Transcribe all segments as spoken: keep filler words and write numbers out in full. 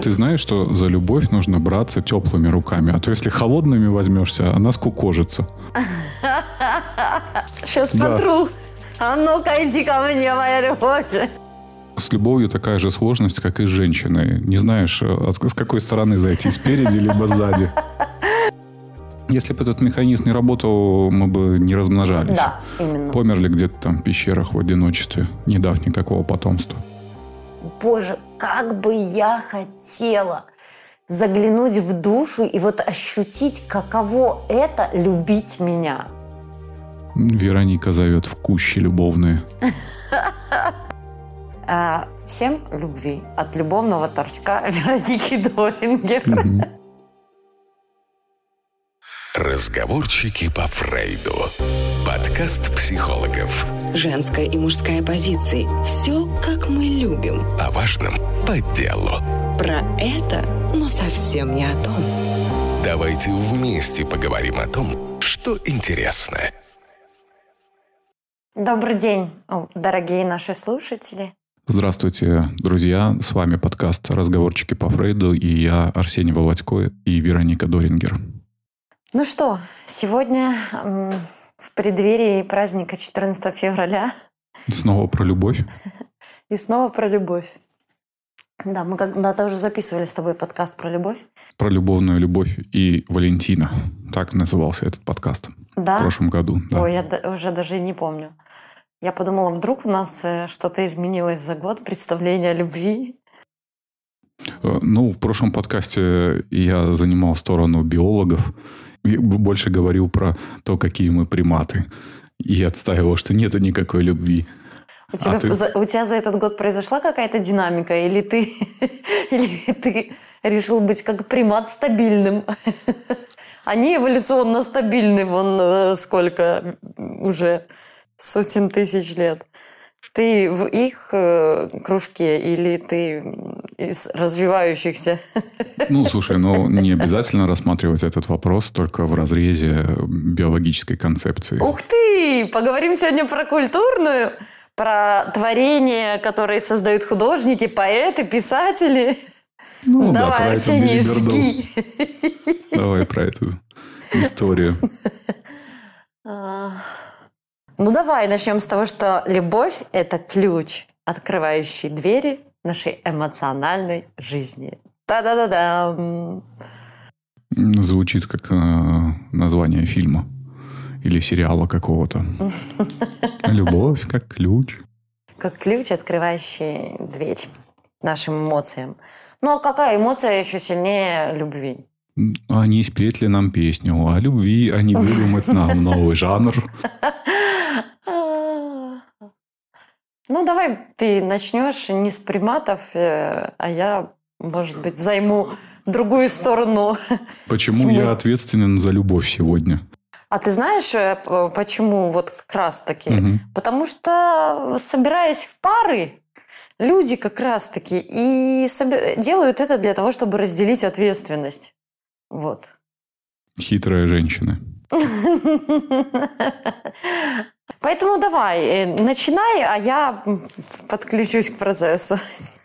Ты знаешь, что за любовь нужно браться теплыми руками, а то если холодными возьмешься, она скукожится. Сейчас потру. А ну-ка, иди ко мне, моя любовь. С любовью такая же сложность, как и с женщиной. Не знаешь, с какой стороны зайти, спереди либо сзади. Если бы этот механизм не работал, мы бы не размножались. Да, именно. Померли где-то там в пещерах в одиночестве, не дав никакого потомства. Боже, как бы я хотела заглянуть в душу и вот ощутить, каково это любить меня. Вероника зовет в кущи любовные. Всем любви от любовного торчка Вероники Дорингер. Разговорчики по Фрейду. Подкаст психологов. Женская и мужская позиции. Все, как мы любим. О важном по делу. Про это, но совсем не о том. Давайте вместе поговорим о том, что интересно. Добрый день, дорогие наши слушатели. Здравствуйте, друзья. С вами подкаст «Разговорчики по Фрейду» и я, Арсений Володько и Вероника Дорингер. Ну что, сегодня м, в преддверии праздника четырнадцатого февраля. Снова про любовь. И снова про любовь. Да, мы когда-то уже записывали с тобой подкаст про любовь. Про любовную любовь и Валентина. Так назывался этот подкаст. Да? В прошлом году. Да. Ой, я уже даже и не помню. Я подумала, вдруг у нас что-то изменилось за год, представление о любви. Ну, в прошлом подкасте я занимал сторону биологов. И больше говорил про то, какие мы приматы. И отстаивал, что нету никакой любви. У тебя, а ты... за, у тебя за этот год произошла какая-то динамика? Или ты, или ты решил быть как примат стабильным? Они эволюционно стабильны, вон сколько уже сотен тысяч лет. Ты в их э, кружке или ты из развивающихся? Ну, слушай, ну не обязательно рассматривать этот вопрос только в разрезе биологической концепции. Ух ты! Поговорим сегодня про культурную, про творения, которые создают художники, поэты, писатели. Ну, давай, да, про Арсений, жги. Давай про эту историю. Ну, давай начнем с того, что любовь – это ключ, открывающий двери нашей эмоциональной жизни. Та-да-да-дам! Звучит как э, название фильма или сериала какого-то. Любовь как ключ. Как ключ, открывающий дверь нашим эмоциям. Ну, а какая эмоция еще сильнее любви? А не спеть ли нам песню о любви, а не выдумать нам новый жанр? Ну, давай ты начнешь не с приматов, а я, может быть, займу другую сторону. Почему тьмы. Я ответственен за любовь сегодня? А ты знаешь, почему вот как раз-таки? Угу. Потому что, собираясь в пары, люди как раз-таки и делают это для того, чтобы разделить ответственность. Вот. Хитрая женщина. Поэтому давай, начинай, а я подключусь к процессу.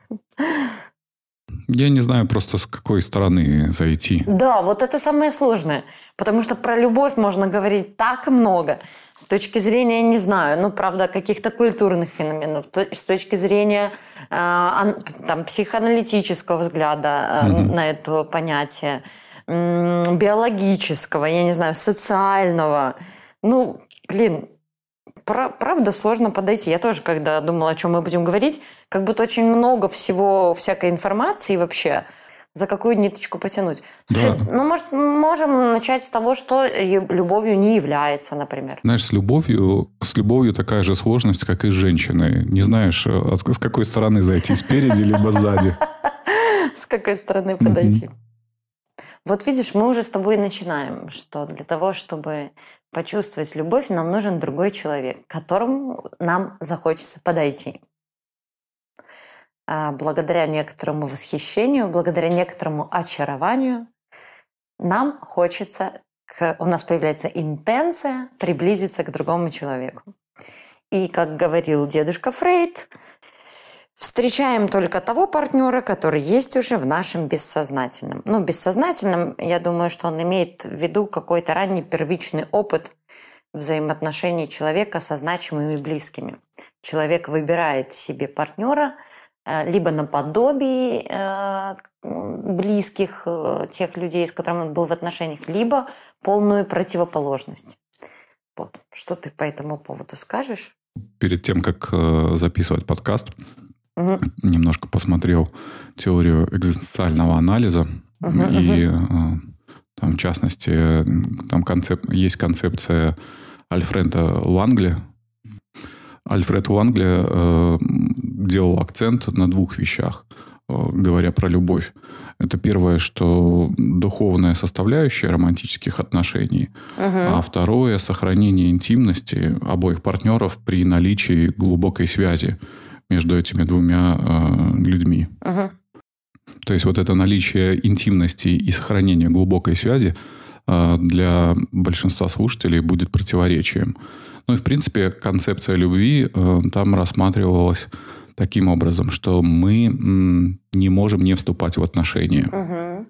Я не знаю просто, с какой стороны зайти. Да, вот это самое сложное. Потому что про любовь можно говорить так много. С точки зрения, не знаю, ну, правда, каких-то культурных феноменов. С точки зрения э, там, психоаналитического взгляда э, mm-hmm. на это понятие. Э, биологического, я не знаю, социального. Ну, блин... Правда, сложно подойти. Я тоже, когда думала, о чем мы будем говорить, как будто очень много всего, всякой информации вообще, за какую ниточку потянуть. Слушай, да. ну, может, можем начать с того, что любовью не является, например. Знаешь, с любовью, с любовью такая же сложность, как и с женщиной. Не знаешь, с какой стороны зайти, спереди либо сзади. С какой стороны подойти. Вот видишь, мы уже с тобой начинаем, что для того, чтобы почувствовать любовь, нам нужен другой человек, к которому нам захочется подойти. А благодаря некоторому восхищению, благодаря некоторому очарованию нам хочется, у нас появляется интенция приблизиться к другому человеку. И, как говорил дедушка Фрейд, встречаем только того партнера, который есть уже в нашем бессознательном. Ну, бессознательном, я думаю, что он имеет в виду какой-то ранний первичный опыт взаимоотношений человека со значимыми близкими. Человек выбирает себе партнера либо наподобие близких тех людей, с которыми он был в отношениях, либо полную противоположность. Вот. Что ты по этому поводу скажешь? Перед тем, как записывать подкаст, угу. немножко посмотрел теорию экзистенциального анализа. Угу, и угу. там, в частности, там концеп... есть концепция Альфреда Лангли. Альфред Лангли э, делал акцент на двух вещах, э, говоря про любовь. Это первое, что духовная составляющая романтических отношений, угу. а второе – сохранение интимности обоих партнеров при наличии глубокой связи между этими двумя э, людьми. Угу. То есть вот это наличие интимности и сохранение глубокой связи э, для большинства слушателей будет противоречием. Ну и, в принципе, концепция любви э, там рассматривалась таким образом, что мы м, не можем не вступать в отношения. Угу.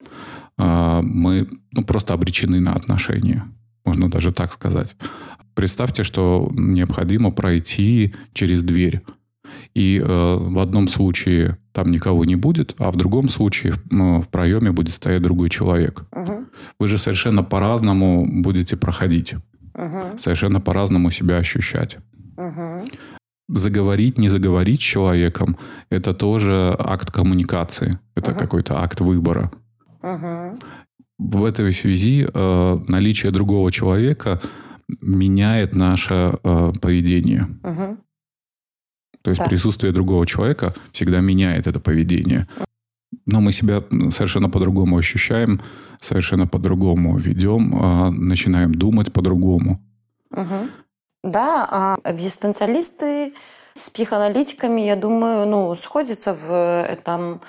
Э, мы ну, просто обречены на отношения. Можно даже так сказать. Представьте, что необходимо пройти через дверь. И э, в одном случае там никого не будет, а в другом случае в, в проеме будет стоять другой человек. Угу. Вы же совершенно по-разному будете проходить. Угу. Совершенно по-разному себя ощущать. Угу. Заговорить, не заговорить с человеком – это тоже акт коммуникации. Это угу. какой-то акт выбора. Угу. В этой связи э, наличие другого человека меняет наше э, поведение. Угу. То есть да. присутствие другого человека всегда меняет это поведение. Но мы себя совершенно по-другому ощущаем, совершенно по-другому ведем, начинаем думать по-другому. Угу. Да, экзистенциалисты с психоаналитиками, я думаю, ну, сходятся в этом,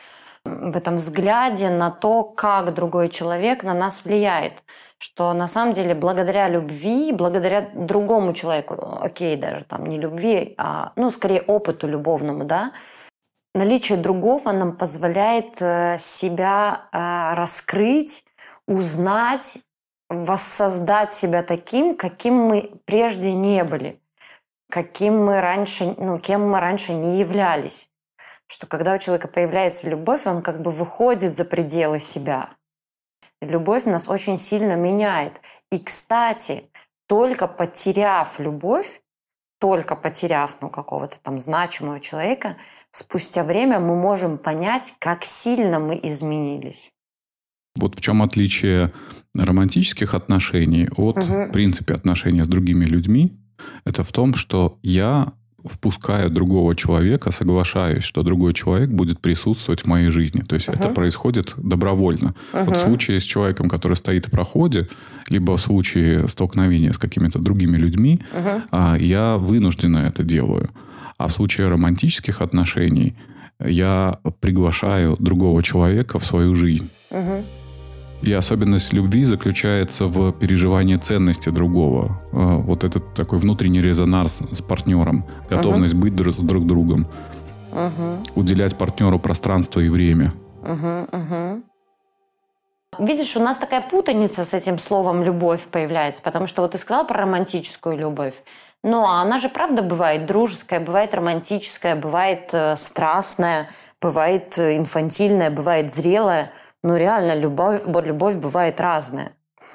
в этом взгляде на то, как другой человек на нас влияет. Что на самом деле благодаря любви, благодаря другому человеку, окей, даже там не любви, а ну, скорее опыту любовному, да, наличие другого нам позволяет себя раскрыть, узнать, воссоздать себя таким, каким мы прежде не были, каким мы раньше, ну, кем мы раньше не являлись. Что когда у человека появляется любовь, он как бы выходит за пределы себя. Любовь нас очень сильно меняет. И, кстати, только потеряв любовь, только потеряв ну, какого-то там значимого человека, спустя время мы можем понять, как сильно мы изменились. Вот в чем отличие романтических отношений от, угу. в принципе, отношений с другими людьми. Это в том, что я впускаю другого человека, соглашаюсь, что другой человек будет присутствовать в моей жизни. То есть, uh-huh. это происходит добровольно. Uh-huh. Вот в случае с человеком, который стоит в проходе, либо в случае столкновения с какими-то другими людьми, uh-huh. я вынужденно это делаю. А в случае романтических отношений я приглашаю другого человека в свою жизнь. Uh-huh. И особенность любви заключается в переживании ценности другого. Вот этот такой внутренний резонанс с партнером. Готовность uh-huh. быть друг с друг другом. Uh-huh. Уделять партнеру пространство и время. Uh-huh. Uh-huh. Видишь, у нас такая путаница с этим словом «любовь» появляется. Потому что вот ты сказала про романтическую любовь. Но она же правда бывает дружеская, бывает романтическая, бывает э, страстная, бывает инфантильная, бывает зрелая. Но реально любовь, любовь бывает разная.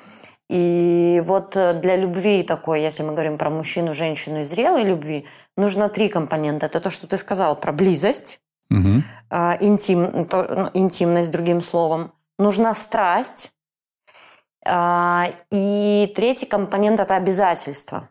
И вот для любви такой, если мы говорим про мужчину, женщину и зрелой любви, нужно три компонента. Это то, что ты сказал про близость, угу. интим, то, интимность, другим словом. Нужна страсть. И третий компонент – это обязательство.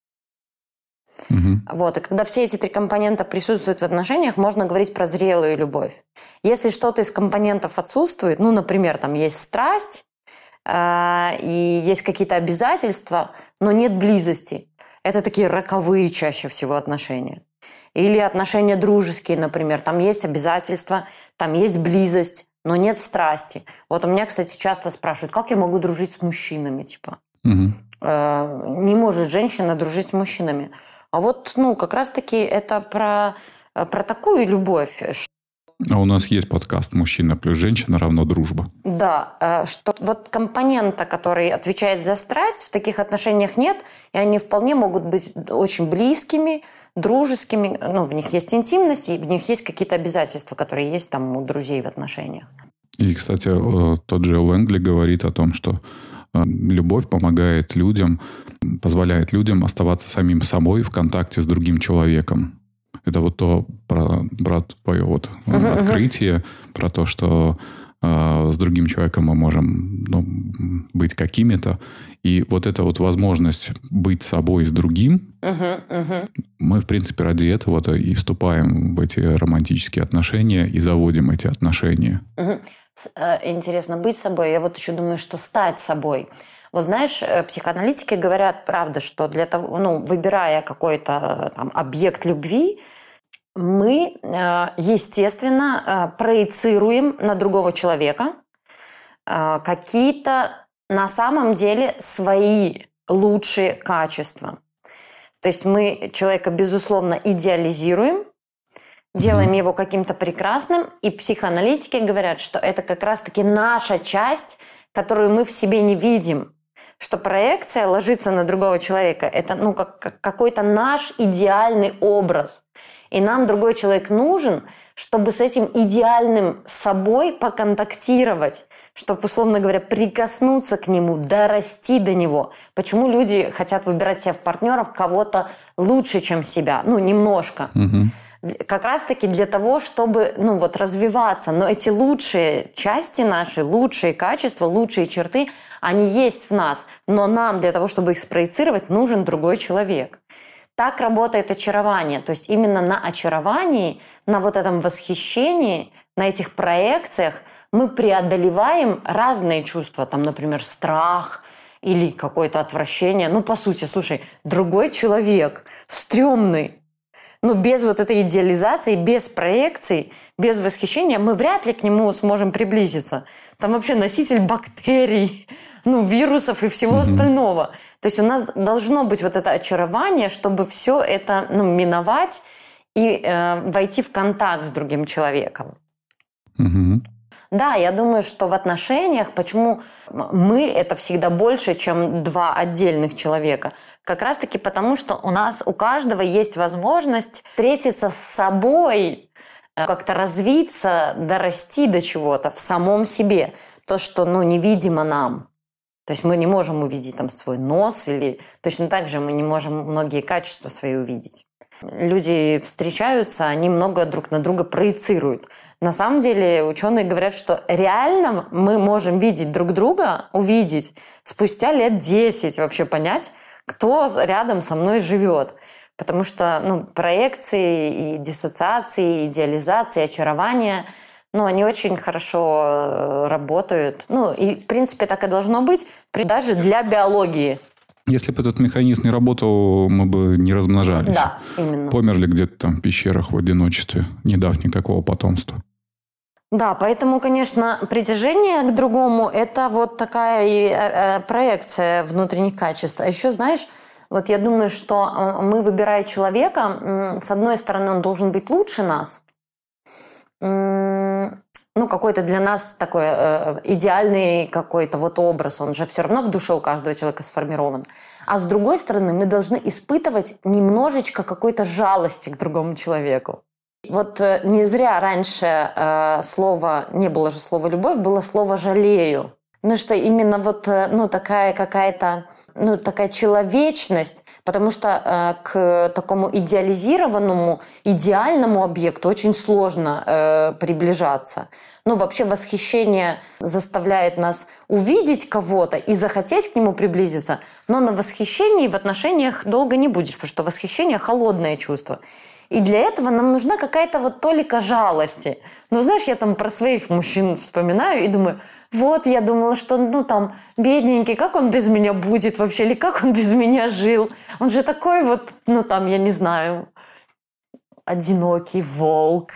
Угу. Вот. И когда все эти три компонента присутствуют в отношениях, можно говорить про зрелую любовь. Если что-то из компонентов отсутствует, ну, например, там есть страсть э, и есть какие-то обязательства, но нет близости, это такие роковые чаще всего отношения. Или отношения дружеские, например, там есть обязательства, там есть близость, но нет страсти. Вот у меня, кстати, часто спрашивают, как я могу дружить с мужчинами, типа. Угу. Э, не может женщина дружить с мужчинами. А вот, ну, как раз-таки это про про такую любовь. А у нас есть подкаст «Мужчина плюс женщина равно дружба». Да, что вот компонента, который отвечает за страсть, в таких отношениях нет, и они вполне могут быть очень близкими, дружескими, ну, в них есть интимность, и в них есть какие-то обязательства, которые есть там у друзей в отношениях. И, кстати, тот же Лэнгли говорит о том, что любовь помогает людям, позволяет людям оставаться самим собой в контакте с другим человеком. Это вот то про, про твое вот uh-huh, открытие, uh-huh. про то, что э, с другим человеком мы можем ну, быть какими-то. И вот эта вот возможность быть собой с другим, uh-huh, uh-huh. мы, в принципе, ради этого-то и вступаем в эти романтические отношения и заводим эти отношения. Uh-huh. Интересно быть собой. Я вот еще думаю, что стать собой. Вот знаешь, психоаналитики говорят, правда, что для того, ну, выбирая какой-то там объект любви, мы, естественно, проецируем на другого человека какие-то на самом деле свои лучшие качества. То есть мы человека, безусловно, идеализируем, делаем его каким-то прекрасным, и психоаналитики говорят, что это как раз-таки наша часть, которую мы в себе не видим. Что проекция ложится на другого человека. Это ну, как, как какой-то наш идеальный образ. И нам другой человек нужен, чтобы с этим идеальным собой поконтактировать, чтобы, условно говоря, прикоснуться к нему, дорасти до него. Почему люди хотят выбирать себе в партнеров кого-то лучше, чем себя? Ну, немножко. Угу. Как раз-таки для того, чтобы ну, вот, развиваться. Но эти лучшие части наши, лучшие качества, лучшие черты, они есть в нас. Но нам для того, чтобы их спроецировать, нужен другой человек. Так работает очарование. То есть именно на очаровании, на вот этом восхищении, на этих проекциях мы преодолеваем разные чувства. Там, например, страх или какое-то отвращение. Ну, по сути, слушай, другой человек, стрёмный. Ну, без вот этой идеализации, без проекций, без восхищения мы вряд ли к нему сможем приблизиться. Там вообще носитель бактерий, ну, вирусов и всего mm-hmm. остального. То есть у нас должно быть вот это очарование, чтобы все это ну, миновать и э, войти в контакт с другим человеком. Mm-hmm. Да, я думаю, что в отношениях, почему мы это всегда больше, чем два отдельных человека, как раз-таки потому, что у нас у каждого есть возможность встретиться с собой, как-то развиться, дорасти до чего-то в самом себе. То, что ну, невидимо нам. То есть мы не можем увидеть там свой нос, или точно так же мы не можем многие качества свои увидеть. Люди встречаются, они много друг на друга проецируют. На самом деле ученые говорят, что реально мы можем видеть друг друга, увидеть спустя лет десять, вообще понять, кто рядом со мной живет. Потому что ну, проекции и диссоциации, и идеализации, и очарования, ну, они очень хорошо работают. Ну, и, в принципе, так и должно быть, даже для биологии. Если бы этот механизм не работал, мы бы не размножались. Да, именно. Померли где-то там в пещерах в одиночестве, не дав никакого потомства. Да, поэтому, конечно, притяжение к другому – это вот такая и проекция внутренних качеств. А еще, знаешь, вот я думаю, что мы, выбирая человека, с одной стороны, он должен быть лучше нас, ну, какой-то для нас такой идеальный какой-то вот образ, он же все равно в душе у каждого человека сформирован. А с другой стороны, мы должны испытывать немножечко какой-то жалости к другому человеку. Вот не зря раньше э, слово, не было же слова «любовь», было слово «жалею». Ну, что именно вот, ну, такая какая-то, ну, такая человечность, потому что э, к такому идеализированному, идеальному объекту очень сложно э, приближаться. Ну, вообще восхищение заставляет нас увидеть кого-то и захотеть к нему приблизиться, но на восхищении в отношениях долго не будешь, потому что восхищение – холодное чувство. И для этого нам нужна какая-то вот толика жалости. Ну, знаешь, я там про своих мужчин вспоминаю и думаю, вот, я думала, что, ну, там, бедненький, как он без меня будет вообще, или как он без меня жил. Он же такой вот, ну, там, я не знаю, одинокий волк.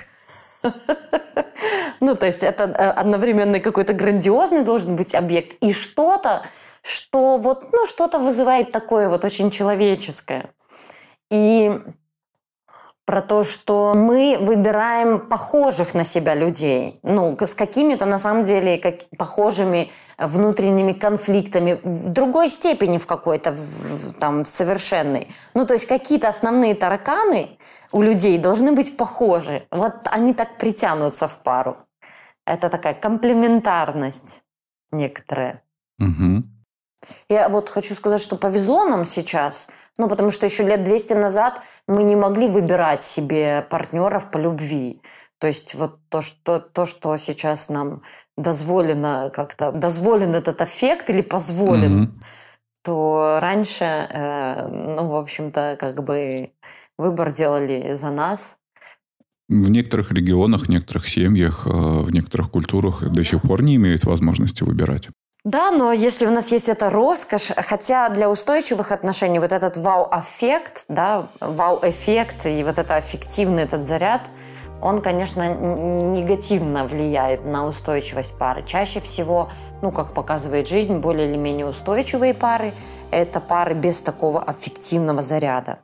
Ну, то есть это одновременно какой-то грандиозный должен быть объект и что-то, что вот, ну, что-то вызывает такое вот очень человеческое. И про то, что мы выбираем похожих на себя людей, ну, с какими-то, на самом деле, как, похожими внутренними конфликтами, в другой степени в какой-то, в, там, в совершенной. Ну, то есть какие-то основные тараканы у людей должны быть похожи. Вот они так притянутся в пару. Это такая комплементарность некоторая. Угу. Я вот хочу сказать, что повезло нам сейчас, ну, потому что еще лет двести назад мы не могли выбирать себе партнеров по любви. То есть вот то, что, то, что сейчас нам дозволено как-то, дозволен этот аффект или позволен, mm-hmm. то раньше, э, ну, в общем-то, как бы выбор делали за нас. В некоторых регионах, в некоторых семьях, в некоторых культурах до сих пор не имеют возможности выбирать. Да, но если у нас есть эта роскошь, хотя для устойчивых отношений вот этот вау-аффект, да, вау-эффект и вот это аффективный этот заряд, он, конечно, негативно влияет на устойчивость пары. Чаще всего, ну, как показывает жизнь, более или менее устойчивые пары – это пары без такого аффективного заряда.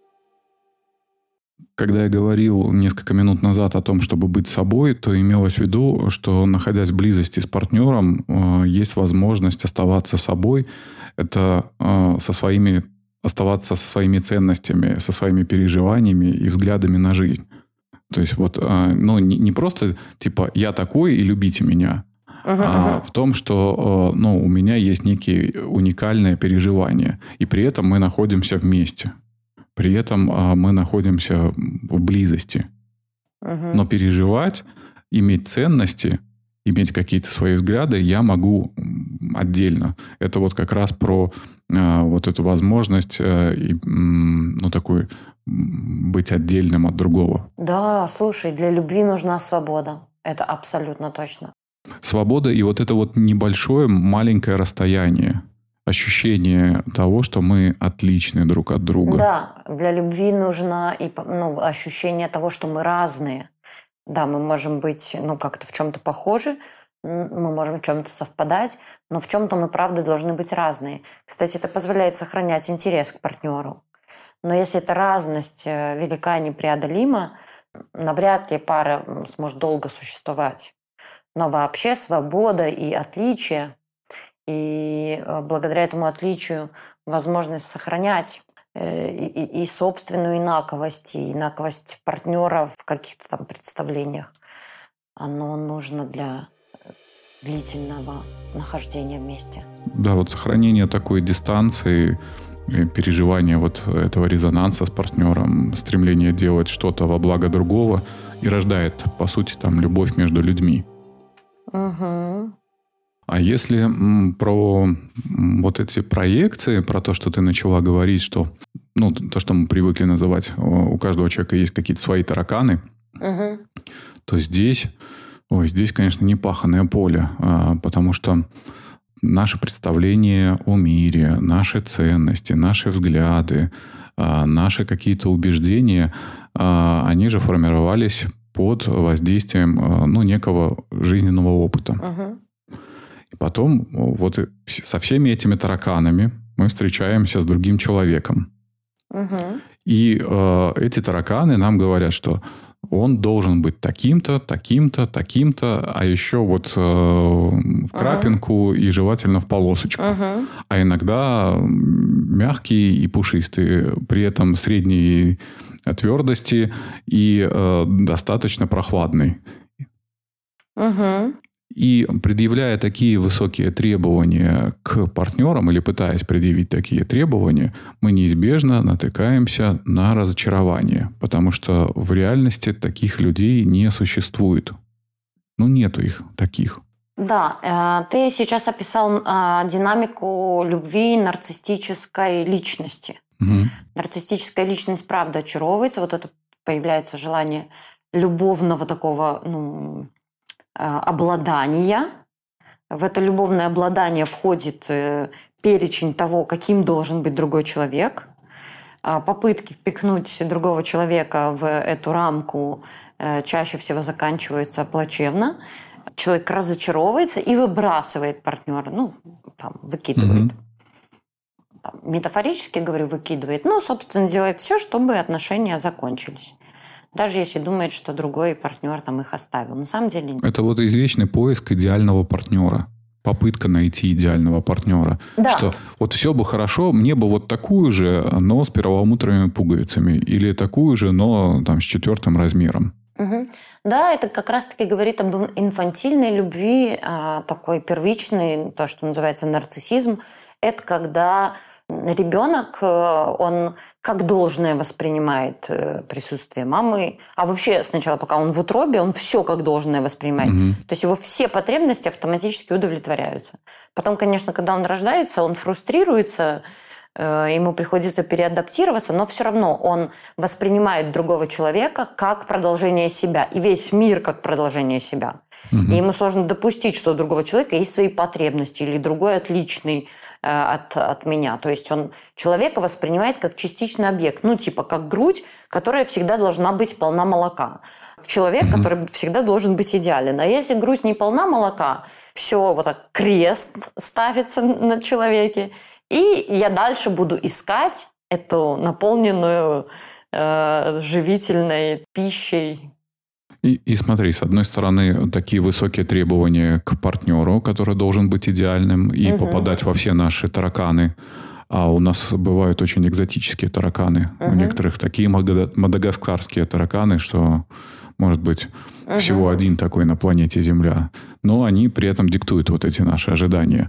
Когда я говорил несколько минут назад о том, чтобы быть собой, то имелось в виду, что, находясь в близости с партнером, есть возможность оставаться собой. Это со своими, оставаться со своими ценностями, со своими переживаниями и взглядами на жизнь. То есть вот, ну, не просто типа «я такой и любите меня», uh-huh, а uh-huh. в том, что, ну, у меня есть некие уникальные переживания, и при этом мы находимся вместе. При этом а, мы находимся в близости. Uh-huh. Но переживать, иметь ценности, иметь какие-то свои взгляды я могу отдельно. Это вот как раз про а, вот эту возможность а, и, ну, такой, быть отдельным от другого. Да, слушай, для любви нужна свобода. Это абсолютно точно. Свобода и вот это вот небольшое, маленькое расстояние. Ощущение того, что мы отличны друг от друга. Да, для любви нужно и, ну, ощущение того, что мы разные. Да, мы можем быть, ну, как-то в чем-то похожи, мы можем в чем-то совпадать, но в чем-то мы, правда, должны быть разные. Кстати, это позволяет сохранять интерес к партнеру. Но если эта разность велика и непреодолима, навряд ли пара сможет долго существовать. Но вообще свобода и отличие, и благодаря этому отличию возможность сохранять и, и, и собственную инаковость, и инаковость партнера в каких-то там представлениях, оно нужно для длительного нахождения вместе. Да, вот сохранение такой дистанции, переживание вот этого резонанса с партнером, стремление делать что-то во благо другого и рождает, по сути, там любовь между людьми. Угу. А если м, про м, вот эти проекции, про то, что ты начала говорить, что, ну, то, что мы привыкли называть, у каждого человека есть какие-то свои тараканы, угу. то здесь, ой, здесь, конечно, не паханое поле, а, потому что наши представления о мире, наши ценности, наши взгляды, а, наши какие-то убеждения, а, они же формировались под воздействием, а, ну, некого жизненного опыта. Угу. И потом вот со всеми этими тараканами мы встречаемся с другим человеком. Угу. И э, эти тараканы нам говорят, что он должен быть таким-то, таким-то, таким-то, а еще вот э, в крапинку uh-huh. и желательно в полосочку. Uh-huh. А иногда мягкий и пушистый, при этом средней твердости и э, достаточно прохладный. Uh-huh. И предъявляя такие высокие требования к партнерам или пытаясь предъявить такие требования, мы неизбежно натыкаемся на разочарование, потому что в реальности таких людей не существует. Ну, нету их таких. Да, ты сейчас описал динамику любви нарциссической личности. Угу. Нарциссическая личность, правда, очаровывается. Вот это появляется желание любовного такого, ну, обладания. В это любовное обладание входит перечень того, каким должен быть другой человек. Попытки впихнуть другого человека в эту рамку чаще всего заканчиваются плачевно. Человек разочаровывается и выбрасывает партнера. Ну, там, выкидывает. Mm-hmm. Метафорически говорю, выкидывает. Ну, собственно, делает все, чтобы отношения закончились. Даже если думает, что другой партнер там их оставил. На самом деле нет. Это вот извечный поиск идеального партнера. Попытка найти идеального партнера. Да. Что вот все бы хорошо, мне бы вот такую же, но с перламутровыми пуговицами. Или такую же, но там, с четвертым размером. Угу. Да, это как раз-таки говорит об инфантильной любви, такой первичный, то, что называется нарциссизм. Это когда ребенок, он как должное воспринимает присутствие мамы, а вообще сначала, пока он в утробе, он все как должное воспринимает. Угу. То есть его все потребности автоматически удовлетворяются. Потом, конечно, когда он рождается, он фрустрируется, ему приходится переадаптироваться, но все равно он воспринимает другого человека как продолжение себя, и весь мир как продолжение себя. Угу. И ему сложно допустить, что у другого человека есть свои потребности или другой отличный От, от меня. То есть он человека воспринимает как частичный объект. Ну, типа как грудь, которая всегда должна быть полна молока. Человек, mm-hmm. который всегда должен быть идеален. А если грудь не полна молока, все, вот так крест ставится на человеке. И я дальше буду искать эту наполненную э, живительной пищей. И, и смотри, с одной стороны, такие высокие требования к партнеру, который должен быть идеальным и угу. попадать во все наши тараканы. А у нас бывают очень экзотические тараканы. Угу. У некоторых такие мадагаскарские тараканы, что, может быть, угу. всего один такой на планете Земля. Но они при этом диктуют вот эти наши ожидания.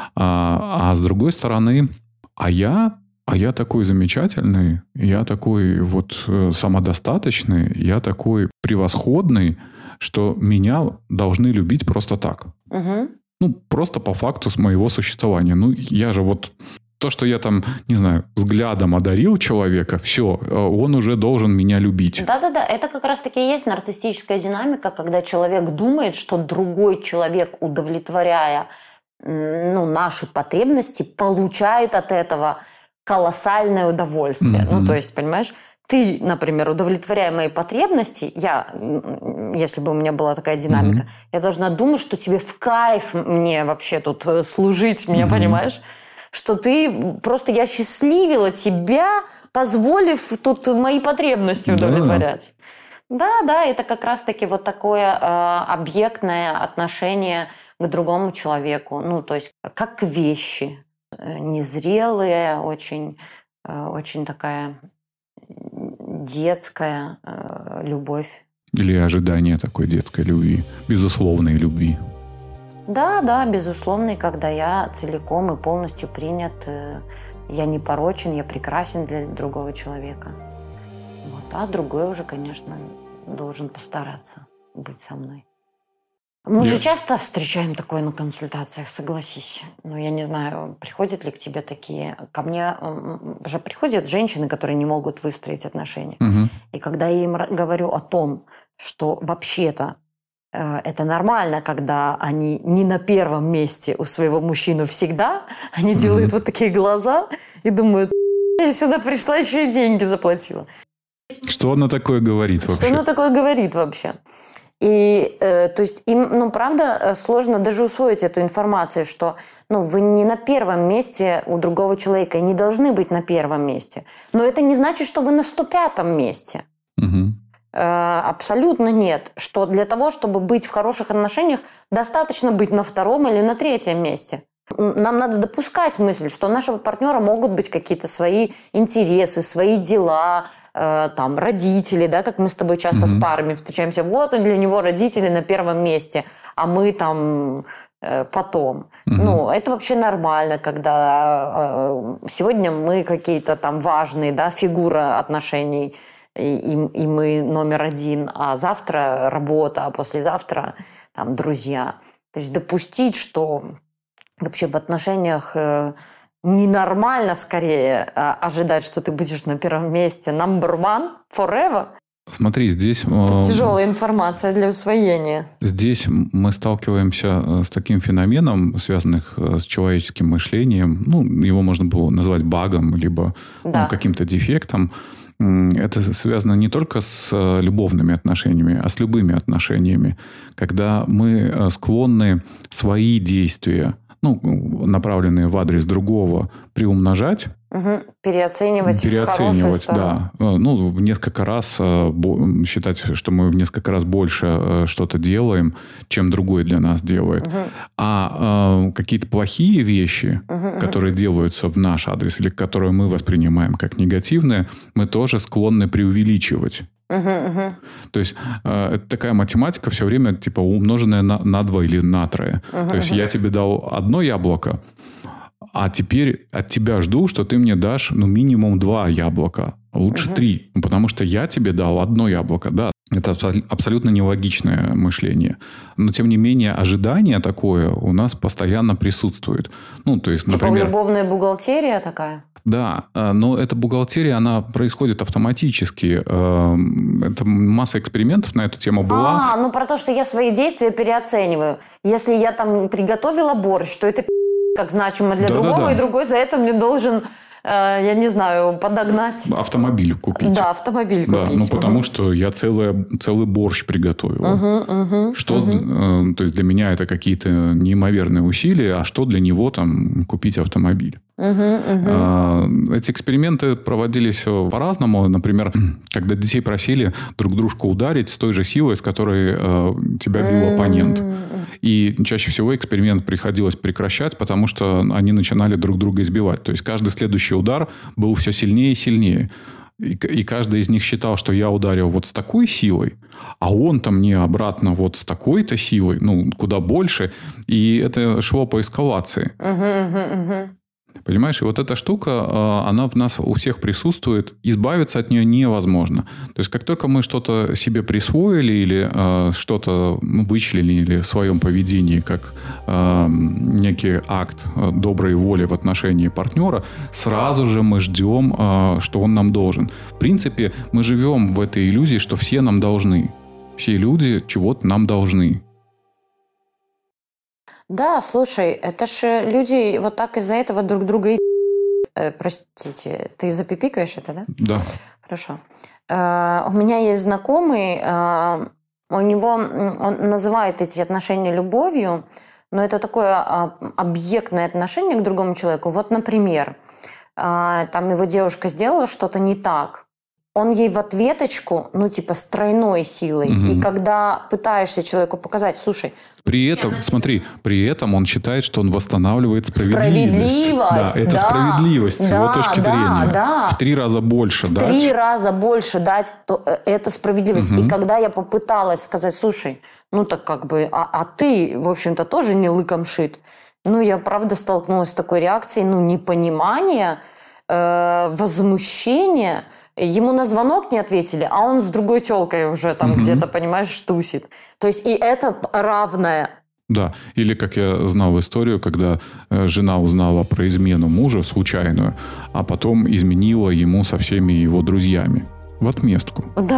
А, а с другой стороны, а я... А я такой замечательный, я такой вот самодостаточный, я такой превосходный, что меня должны любить просто так. Угу. Ну, просто по факту с моего существования. Ну, я же вот... То, что я там, не знаю, взглядом одарил человека, все, он уже должен меня любить. Да-да-да, это как раз-таки и есть нарциссическая динамика, когда человек думает, что другой человек, удовлетворяя ну, наши потребности, получает от этого... колоссальное удовольствие. Mm-hmm. Ну, то есть, понимаешь, ты, например, удовлетворяя мои потребности, я, если бы у меня была такая динамика, mm-hmm. я должна думать, что тебе в кайф мне вообще тут служить, меня, mm-hmm. понимаешь? Что ты просто, я счастливила тебя, позволив тут мои потребности удовлетворять. Да, да, да, это как раз-таки вот такое э, объектное отношение к другому человеку. Ну, то есть, как к вещи. Незрелая, очень, очень такая детская любовь. Или ожидание такой детской любви, безусловной любви. Да, да, безусловной, когда я целиком и полностью принят, я не порочен, я прекрасен для другого человека. Вот. А другой уже, конечно, должен постараться быть со мной. Мы Нет. же часто встречаем такое на консультациях, согласись. Ну, я не знаю, приходят ли к тебе такие... Ко мне же приходят женщины, которые не могут выстроить отношения. Угу. И когда я им говорю о том, что вообще-то э, это нормально, когда они не на первом месте у своего мужчины всегда, они угу. делают вот такие глаза и думают, я сюда пришла, еще и деньги заплатила. Что она такое говорит вообще? Что она такое говорит вообще? И, э, то есть, им, ну, правда, сложно даже усвоить эту информацию, что, ну, вы не на первом месте у другого человека и не должны быть на первом месте. Но это не значит, что вы на сто пятом месте. Угу. Э, абсолютно нет. Что для того, чтобы быть в хороших отношениях, достаточно быть на втором или на третьем месте. Нам надо допускать мысль, что у нашего партнера могут быть какие-то свои интересы, свои дела, э, там, родители, да, как мы с тобой часто mm-hmm. с парами встречаемся. Вот для него родители на первом месте, а мы там э, потом. Mm-hmm. Ну, это вообще нормально, когда э, сегодня мы какие-то там важные, да, фигура отношений, и, и мы номер один, а завтра работа, а послезавтра там друзья. То есть допустить, что... Вообще в отношениях э, ненормально скорее э, ожидать, что ты будешь на первом месте. Number one forever. Смотри, здесь... Это тяжелая информация для усвоения. Здесь мы сталкиваемся с таким феноменом, связанным с человеческим мышлением. Ну, его можно было назвать багом, либо да. ну, каким-то дефектом. Это связано не только с любовными отношениями, а с любыми отношениями. Когда мы склонны свои действия, ну, направленные в адрес другого, приумножать, Угу. Переоценивать, Переоценивать, в хорошую да. Ну, в несколько раз считать, что мы в несколько раз больше что-то делаем, чем другой для нас делает. Угу. А какие-то плохие вещи, угу, которые угу. делаются в наш адрес или которые мы воспринимаем как негативные, мы тоже склонны преувеличивать. Угу, угу. То есть это такая математика все время типа умноженная на, на два или на трое. Угу, То есть угу. я тебе дал одно яблоко, а теперь от тебя жду, что ты мне дашь ну, минимум два яблока, лучше угу. три, потому что я тебе дал одно яблоко. Да, это абсолютно нелогичное мышление. Но, тем не менее, ожидание такое у нас постоянно присутствует. Ну, то есть, типа например, любовная бухгалтерия такая? Да, но эта бухгалтерия, она происходит автоматически. Это масса экспериментов на эту тему была. А, ну про то, что я свои действия переоцениваю. Если я там приготовила борщ, то это как значимо для да, другого, да, да. и другой за это мне должен, э, я не знаю, подогнать... Автомобиль купить. Да, автомобиль да, купить. Ну, потому угу. что я целое, целый борщ приготовила. Угу, угу, что, угу. Э, то есть, для меня это какие-то неимоверные усилия, а что для него там купить автомобиль? Угу, угу. Эти эксперименты проводились по-разному. Например, когда детей просили друг дружку ударить с той же силой, с которой тебя бил оппонент. И чаще всего эксперимент приходилось прекращать, потому что они начинали друг друга избивать. То есть каждый следующий удар был все сильнее и сильнее. И каждый из них считал, что я ударил вот с такой силой, а он-то мне обратно вот с такой-то силой, ну, куда больше. И это шло по эскалации. Угу, угу, угу. Понимаешь, и вот эта штука, она в нас у всех присутствует, избавиться от нее невозможно. То есть, как только мы что-то себе присвоили или э, что-то вычленили в своем поведении как э, некий акт доброй воли в отношении партнера, сразу же мы ждем, э, что он нам должен. В принципе, мы живем в этой иллюзии, что все нам должны. Все люди чего-то нам должны. Да, слушай, это же люди вот так из-за этого друг друга и... Э, простите, ты запипикаешь это, да? Да. Хорошо. Э, у меня есть знакомый, э, у него, он называет эти отношения любовью, но это такое э, объектное отношение к другому человеку. Вот, например, э, там его девушка сделала что-то не так, он ей в ответочку, ну, типа, с тройной силой. Угу. И когда пытаешься человеку показать, слушай... При этом, я... смотри, при этом он считает, что он восстанавливает справедливость. Справедливость, да. Это да, справедливость с да, его точки да, зрения. Да. В три раза больше в дать. В три раза больше дать, то это справедливость. Угу. И когда я попыталась сказать, слушай, ну, так как бы, а, а ты, в общем-то, тоже не лыком шит. Ну, я, правда, столкнулась с такой реакцией, ну, непонимания, э, возмущения. Ему на звонок не ответили, а он с другой тёлкой уже там угу. где-то, понимаешь, тусит. То есть и это равное. Да, или как я знал историю, когда жена узнала про измену мужа случайную, а потом изменила ему со всеми его друзьями в отместку. Да,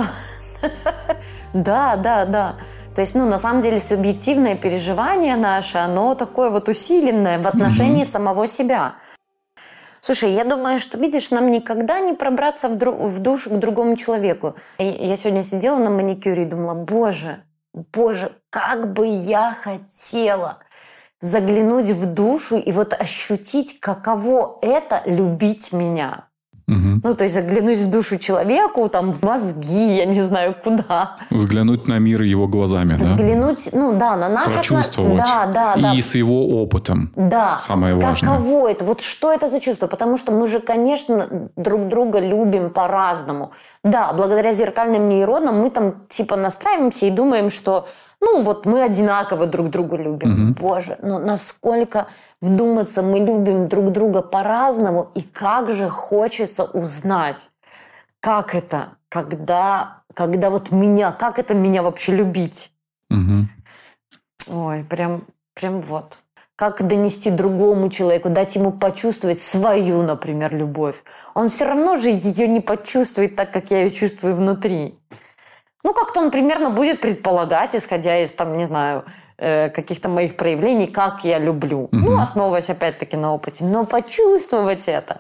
да, да, да. То есть, ну, на самом деле, субъективное переживание наше, оно такое вот усиленное в отношении угу. самого себя. Слушай, я думаю, что, видишь, нам никогда не пробраться в, дру- в душу к другому человеку. И я сегодня сидела на маникюре и думала, боже, боже, как бы я хотела заглянуть в душу и вот ощутить, каково это любить меня. Угу. Ну, то есть заглянуть в душу человеку, там, в мозги, я не знаю, куда. Взглянуть на мир его глазами, да? Взглянуть, ну, да, на наш... Прочувствовать. Да, да, и да. с его опытом. Да. Самое важное. Каково это? Вот что это за чувство? Потому что мы же, конечно, друг друга любим по-разному. Да, благодаря зеркальным нейронам мы там, типа, настраиваемся и думаем, что... Ну, вот мы одинаково друг друга любим. Угу. Боже, ну насколько вдуматься, мы любим друг друга по-разному, и как же хочется узнать, как это, когда, когда вот меня, как это меня вообще любить. Угу. Ой, прям, прям вот. Как донести другому человеку, дать ему почувствовать свою, например, любовь. Он все равно же ее не почувствует так, как я ее чувствую внутри. Ну, как-то он примерно будет предполагать, исходя из, там, не знаю, э, каких-то моих проявлений, как я люблю. Угу. Ну, основываясь, опять-таки, на опыте. Но почувствовать это.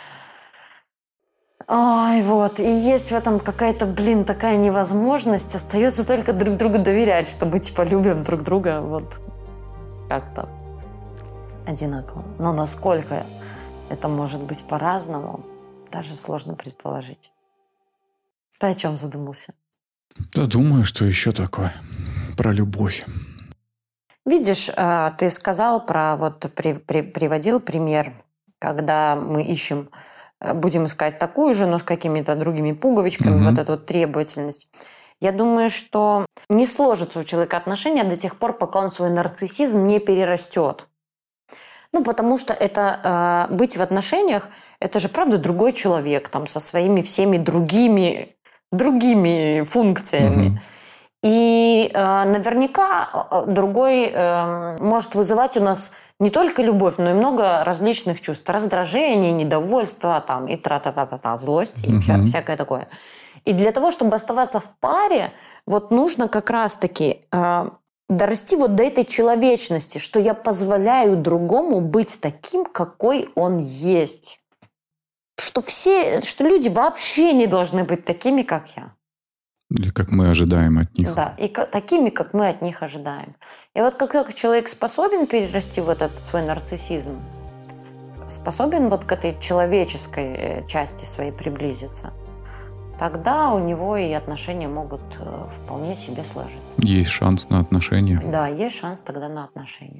Ой, вот. И есть в этом какая-то, блин, такая невозможность. Остается только друг другу доверять, что мы, типа, любим друг друга вот как-то одинаково. Но насколько это может быть по-разному, даже сложно предположить. Ты о чем задумался? Да думаю, что еще такое. Про любовь. Видишь, ты сказал про, вот при, при, приводил пример, когда мы ищем, будем искать такую же, но с какими-то другими пуговичками, угу. вот эту вот требовательность. Я думаю, что не сложится у человека отношения до тех пор, пока он свой нарциссизм не перерастет. Ну, потому что это э, быть в отношениях, это же, правда, другой человек, там, со своими всеми другими, другими функциями. Угу. И э, наверняка другой э, может вызывать у нас не только любовь, но и много различных чувств. Раздражение, недовольство, там, и тра-та-та-та-та, злость, и вся, всякое такое. И для того, чтобы оставаться в паре, вот нужно как раз-таки э, дорасти вот до этой человечности, что я позволяю другому быть таким, какой он есть. Что все, что люди вообще не должны быть такими, как я. Или как мы ожидаем от них. Да, и такими, как мы от них ожидаем. И вот как человек способен перерасти вот этот свой нарциссизм, способен вот к этой человеческой части своей приблизиться, тогда у него и отношения могут вполне себе сложиться. Есть шанс на отношения. Да, есть шанс тогда на отношения.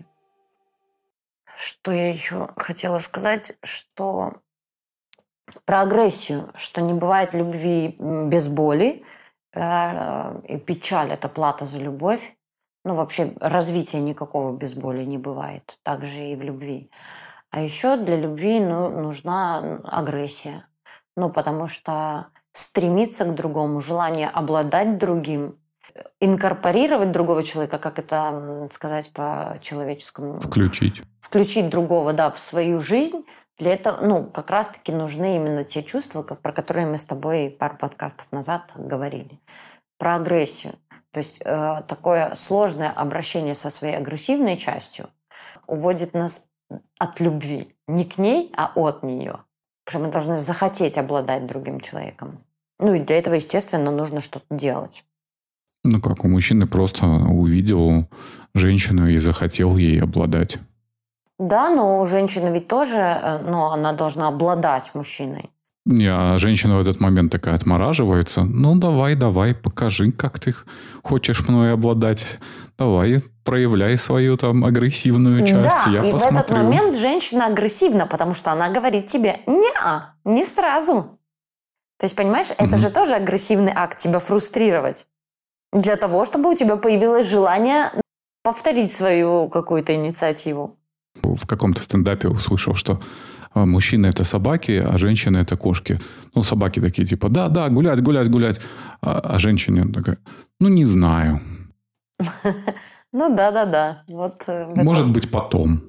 Что я еще хотела сказать, что про агрессию, что не бывает любви без боли, и печаль – это плата за любовь. Ну, вообще, развития никакого без боли не бывает. Так же и в любви. А еще для любви ну, нужна агрессия. Ну, потому что стремиться к другому, желание обладать другим, инкорпорировать другого человека, как это сказать по-человеческому? Включить. Включить другого, да, в свою жизнь. Для этого, ну, как раз-таки нужны именно те чувства, про которые мы с тобой пару подкастов назад говорили. Про агрессию. То есть э, такое сложное обращение со своей агрессивной частью уводит нас от любви. Не к ней, а от нее. Потому что мы должны захотеть обладать другим человеком. Ну и для этого, естественно, нужно что-то делать. Ну как, у мужчины просто увидел женщину и захотел ей обладать. Да, но женщина ведь тоже, ну, она должна обладать мужчиной. А женщина в этот момент такая отмораживается. Ну, давай, давай, покажи, как ты хочешь мной обладать. Давай, проявляй свою там агрессивную часть. Да, я и посмотрю. В этот момент женщина агрессивна, потому что она говорит тебе «не-а, не сразу». То есть, понимаешь, это угу. же тоже агрессивный акт, тебя фрустрировать. Для того, чтобы у тебя появилось желание повторить свою какую-то инициативу. В каком-то стендапе услышал, что мужчины – это собаки, а женщины – это кошки. Ну, собаки такие, типа, да-да, гулять, гулять, гулять. А, а женщина такая, ну, не знаю. Ну, да-да-да. Вот, может быть, потом.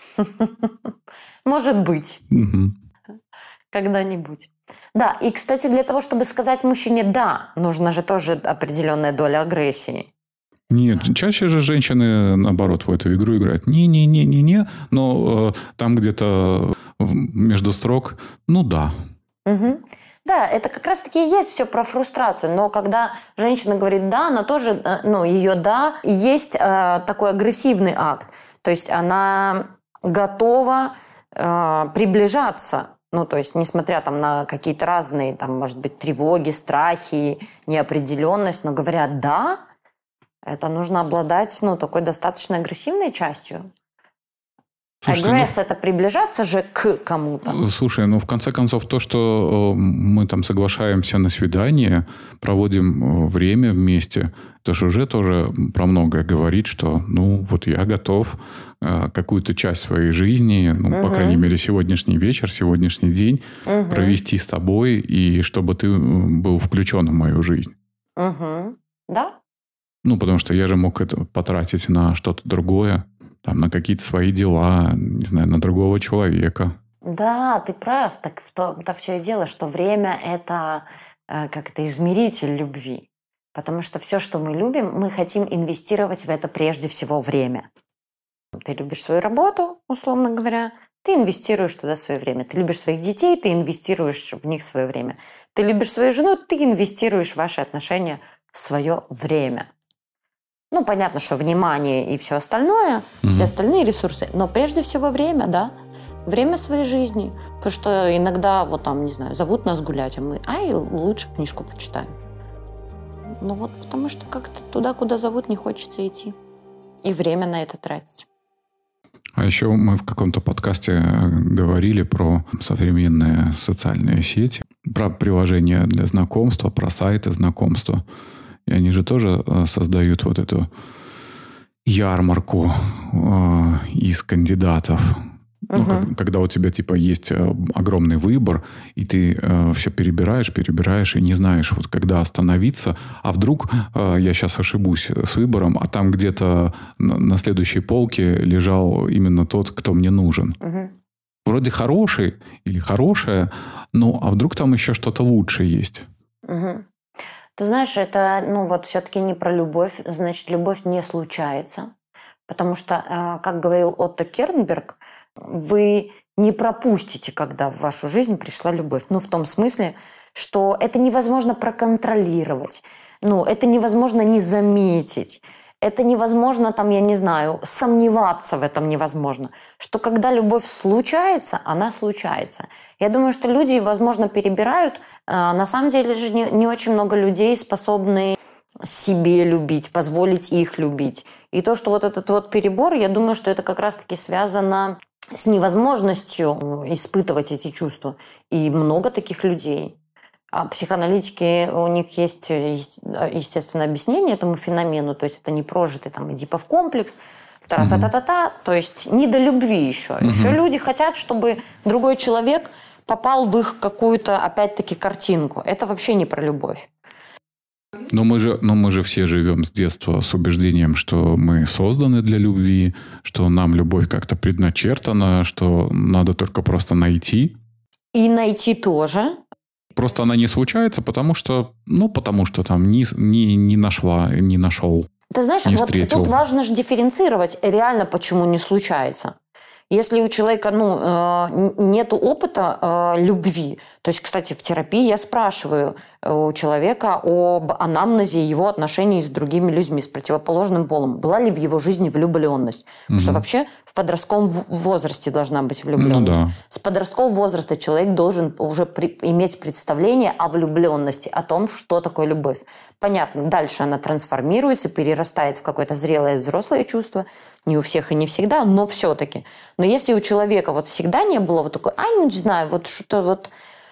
Может быть. Когда-нибудь. Да, и, кстати, для того, чтобы сказать мужчине «да», нужна же тоже определенная доля агрессии. Нет, чаще же женщины, наоборот, в эту игру играют. Не-не-не-не-не, но э, там где-то между строк, ну да. Угу. Да, это как раз-таки и есть все про фрустрацию. Но когда женщина говорит «да», она тоже, ну, ее «да», есть э, такой агрессивный акт. То есть она готова э, приближаться. Ну, то есть, несмотря там, на какие-то разные, там, может быть, тревоги, страхи, неопределенность, но говорят «да», это нужно обладать, ну, такой достаточно агрессивной частью. Агресс – это приближаться же к кому-то. Слушай, ну, в конце концов, то, что мы там соглашаемся на свидание, проводим время вместе, это же уже тоже про многое говорит, что, ну, вот я готов какую-то часть своей жизни, ну, угу. по крайней мере, сегодняшний вечер, сегодняшний день угу. провести с тобой, и чтобы ты был включен в мою жизнь. Угу. Да. Ну, потому что я же мог это потратить на что-то другое, там, на какие-то свои дела, не знаю, на другого человека. Да, ты прав. Так в том-то все и дело, что время – это как это измеритель любви. Потому что все, что мы любим, мы хотим инвестировать в это прежде всего время. Ты любишь свою работу, условно говоря, ты инвестируешь туда свое время. Ты любишь своих детей, ты инвестируешь в них свое время. Ты любишь свою жену, ты инвестируешь в ваши отношения свое время. Ну, понятно, что внимание и все остальное, mm-hmm. все остальные ресурсы, но прежде всего время, да. время своей жизни. Потому что иногда, вот там, не знаю, зовут нас гулять, а мы, ай, лучше книжку почитаем. Ну вот потому что как-то туда, куда зовут, не хочется идти. И время на это тратить. А еще мы в каком-то подкасте говорили про современные социальные сети, про приложения для знакомства, про сайты знакомства. И они же тоже создают вот эту ярмарку э, из кандидатов. Угу. Ну, как, когда у тебя типа есть огромный выбор, и ты э, все перебираешь, перебираешь, и не знаешь, вот когда остановиться. А вдруг э, я сейчас ошибусь с выбором, а там где-то на, на следующей полке лежал именно тот, кто мне нужен. Угу. Вроде хороший или хорошая, ну а вдруг там еще что-то лучше есть? Угу. Ты знаешь, это, ну вот все-таки не про любовь, значит, любовь не случается. Потому что, э, как говорил Отто Кернберг, вы не пропустите, когда в вашу жизнь пришла любовь. Ну, в том смысле, что это невозможно проконтролировать. Ну, это невозможно не заметить. Это невозможно, там, я не знаю, сомневаться в этом невозможно. Что когда любовь случается, она случается. Я думаю, что люди, возможно, перебирают. На самом деле же не, не очень много людей способны себе любить, позволить их любить. И то, что вот этот вот перебор, я думаю, что это как раз-таки связано с невозможностью испытывать эти чувства. И много таких людей. А психоаналитики, у них есть, естественно, объяснение этому феномену. То есть это не прожитый там эдипов комплекс, та-та-та-та-та. То есть не до любви еще. Угу. Еще люди хотят, чтобы другой человек попал в их какую-то, опять-таки, картинку. Это вообще не про любовь. Но мы же, но мы же все живем с детства с убеждением, что мы созданы для любви, что нам любовь как-то предначертана, что надо только просто найти. И найти тоже. Просто она не случается, потому что, ну, потому что там не, не, не нашла, не нашел, Ты знаешь, не вот встретил. тут важно же дифференцировать реально, почему не случается. Если у человека ну, нет опыта любви, то есть, кстати, в терапии я спрашиваю у человека об анамнезе его отношений с другими людьми, с противоположным полом. Была ли в его жизни влюбленность? Потому угу. что вообще в подростковом возрасте должна быть влюбленность. Ну, да. С подросткового возраста человек должен уже при, иметь представление о влюбленности, о том, что такое любовь. Понятно, дальше она трансформируется, перерастает в какое-то зрелое взрослое чувство. Не у всех и не всегда, но все-таки. Но если у человека вот всегда не было вот такой, ай, ну не знаю, вот что-то вот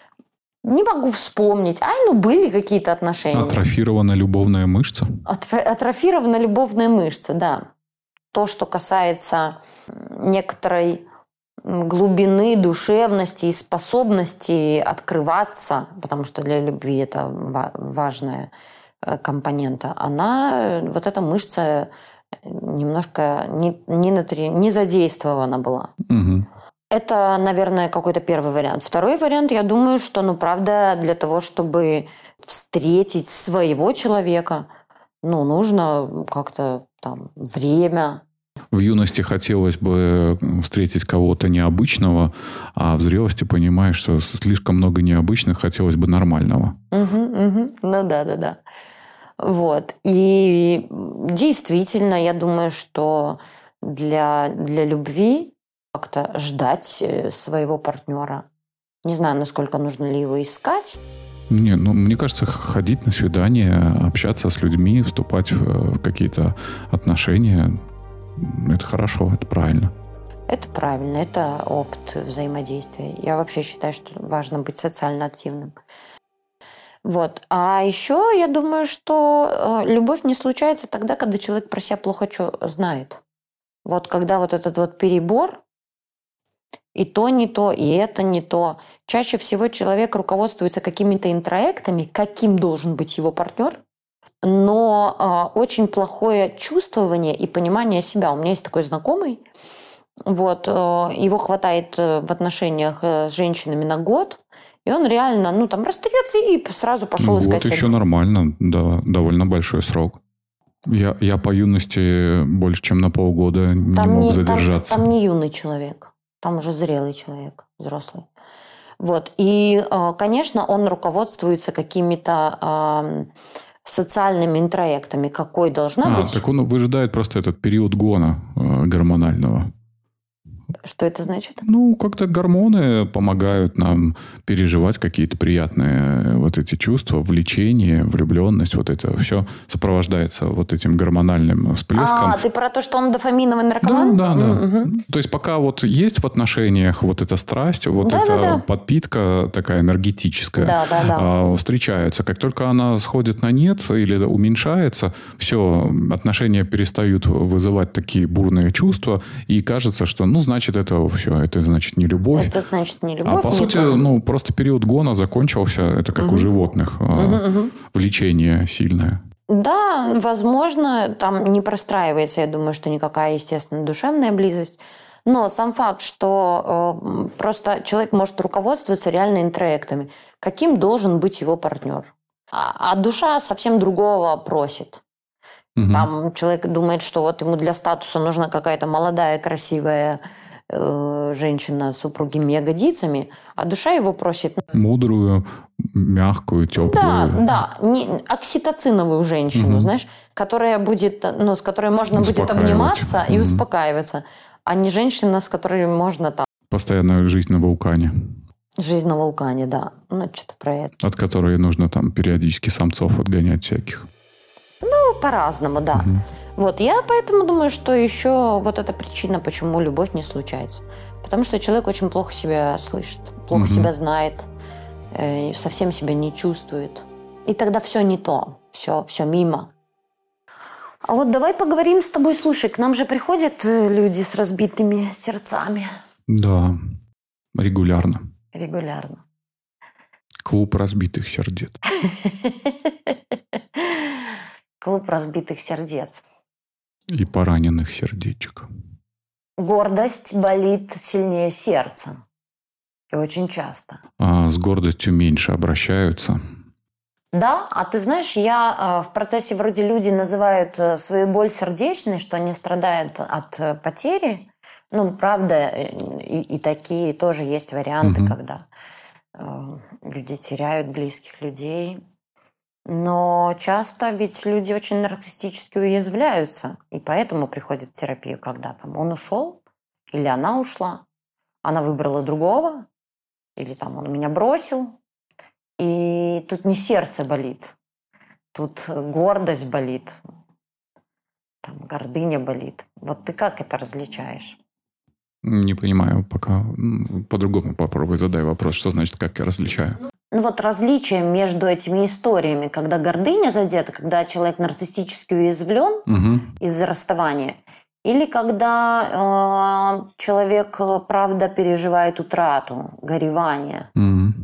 не могу вспомнить, ай, ну были какие-то отношения. Атрофирована любовная мышца? Атро- атрофирована любовная мышца, да. То, что касается некоторой глубины, душевности и способности открываться, потому что для любви это важная компонента, она, вот эта мышца немножко не, не, натри, не задействована была. Угу. Это, наверное, какой-то первый вариант. Второй вариант, я думаю, что, ну, правда, для того, чтобы встретить своего человека, ну, нужно как-то там время. В юности хотелось бы встретить кого-то необычного, а в зрелости понимаешь, что слишком много необычных, хотелось бы нормального. Угу, угу. Ну да, да, да. Вот. И действительно, я думаю, что для, для любви как-то ждать своего партнера. Не знаю, насколько нужно ли его искать. Не, ну, мне кажется, ходить на свидания, общаться с людьми, вступать в, в какие-то отношения, это хорошо, это правильно. Это правильно, это опыт взаимодействия. Я вообще считаю, что важно быть социально активным. Вот. А еще я думаю, что любовь не случается тогда, когда человек про себя плохо что знает. Вот когда вот этот вот перебор, и то не то, и это не то. Чаще всего человек руководствуется какими-то интроектами, каким должен быть его партнер, но э, очень плохое чувствование и понимание себя. У меня есть такой знакомый, вот, э, его хватает в отношениях с женщинами на год, и он реально, ну, там, расстается и сразу пошел год искать. Вот еще нормально, да, довольно большой срок. Я, я по юности больше, чем на полгода там не мог не, задержаться. Там, там не юный человек, там уже зрелый человек, взрослый. Вот. И, конечно, он руководствуется какими-то социальными интроектами, какой должна а, быть. Так он выжидает просто этот период гона гормонального. Что это значит? Ну, как-то гормоны помогают нам переживать какие-то приятные вот эти чувства, влечение, влюбленность, вот это все сопровождается вот этим гормональным всплеском. А, ты про то, что он дофаминовый наркоман? Да, да, да. Mm-hmm. То есть пока вот есть в отношениях вот эта страсть, вот да, эта да, да. подпитка такая энергетическая да, да, да. встречается. Как только она сходит на нет или уменьшается, все, отношения перестают вызывать такие бурные чувства, и кажется, что, ну, значит, это все, это значит не любовь. Это значит не любовь. А по не сути, то. ну, просто период гона закончился, это как угу. у животных, угу, угу. влечение сильное. Да, возможно, там не простраивается, я думаю, что никакая, естественно, душевная близость. Но сам факт, что э, просто человек может руководствоваться реально интроектами. Каким должен быть его партнер? А, а душа совсем другого просит. Угу. Там человек думает, что вот ему для статуса нужна какая-то молодая, красивая э, женщина с упругими ягодицами, а душа его просит... Мудрую, мягкую, теплую. Да, да. Не, окситоциновую женщину, угу. знаешь, которая будет, ну, с которой можно будет обниматься угу. и успокаиваться, а не женщина, с которой можно там... Постоянная жизнь на вулкане. Жизнь на вулкане, да. Ну, что-то про это. От которой нужно там периодически самцов отгонять всяких. Ну, по-разному, да. Угу. Вот, я поэтому думаю, что еще вот эта причина, почему любовь не случается. Потому что человек очень плохо себя слышит, плохо угу. себя знает, э, совсем себя не чувствует. И тогда все не то, все, все мимо. А вот давай поговорим с тобой. Слушай, к нам же приходят люди с разбитыми сердцами. Да, регулярно. Регулярно. Клуб разбитых сердец. Клуб разбитых сердец. И пораненных сердечек. Гордость болит сильнее сердца. И очень часто. А с гордостью меньше обращаются. Да, а ты знаешь, я в процессе вроде люди называют свою боль сердечной, что они страдают от потери. Ну, правда, и, и такие тоже есть варианты, угу. когда э, люди теряют близких людей. Но часто ведь люди очень нарциссически уязвляются, и поэтому приходят в терапию, когда там он ушел или она ушла, она выбрала другого, или там он меня бросил. И тут не сердце болит, тут гордость болит, там гордыня болит. Вот ты как это различаешь? Не понимаю пока. По-другому попробуй, задай вопрос, что значит, как я различаю. Ну вот различие между этими историями, когда гордыня задета, когда человек нарциссически уязвлен угу. из-за расставания, или когда э, человек, правда, переживает утрату, горевание. Угу.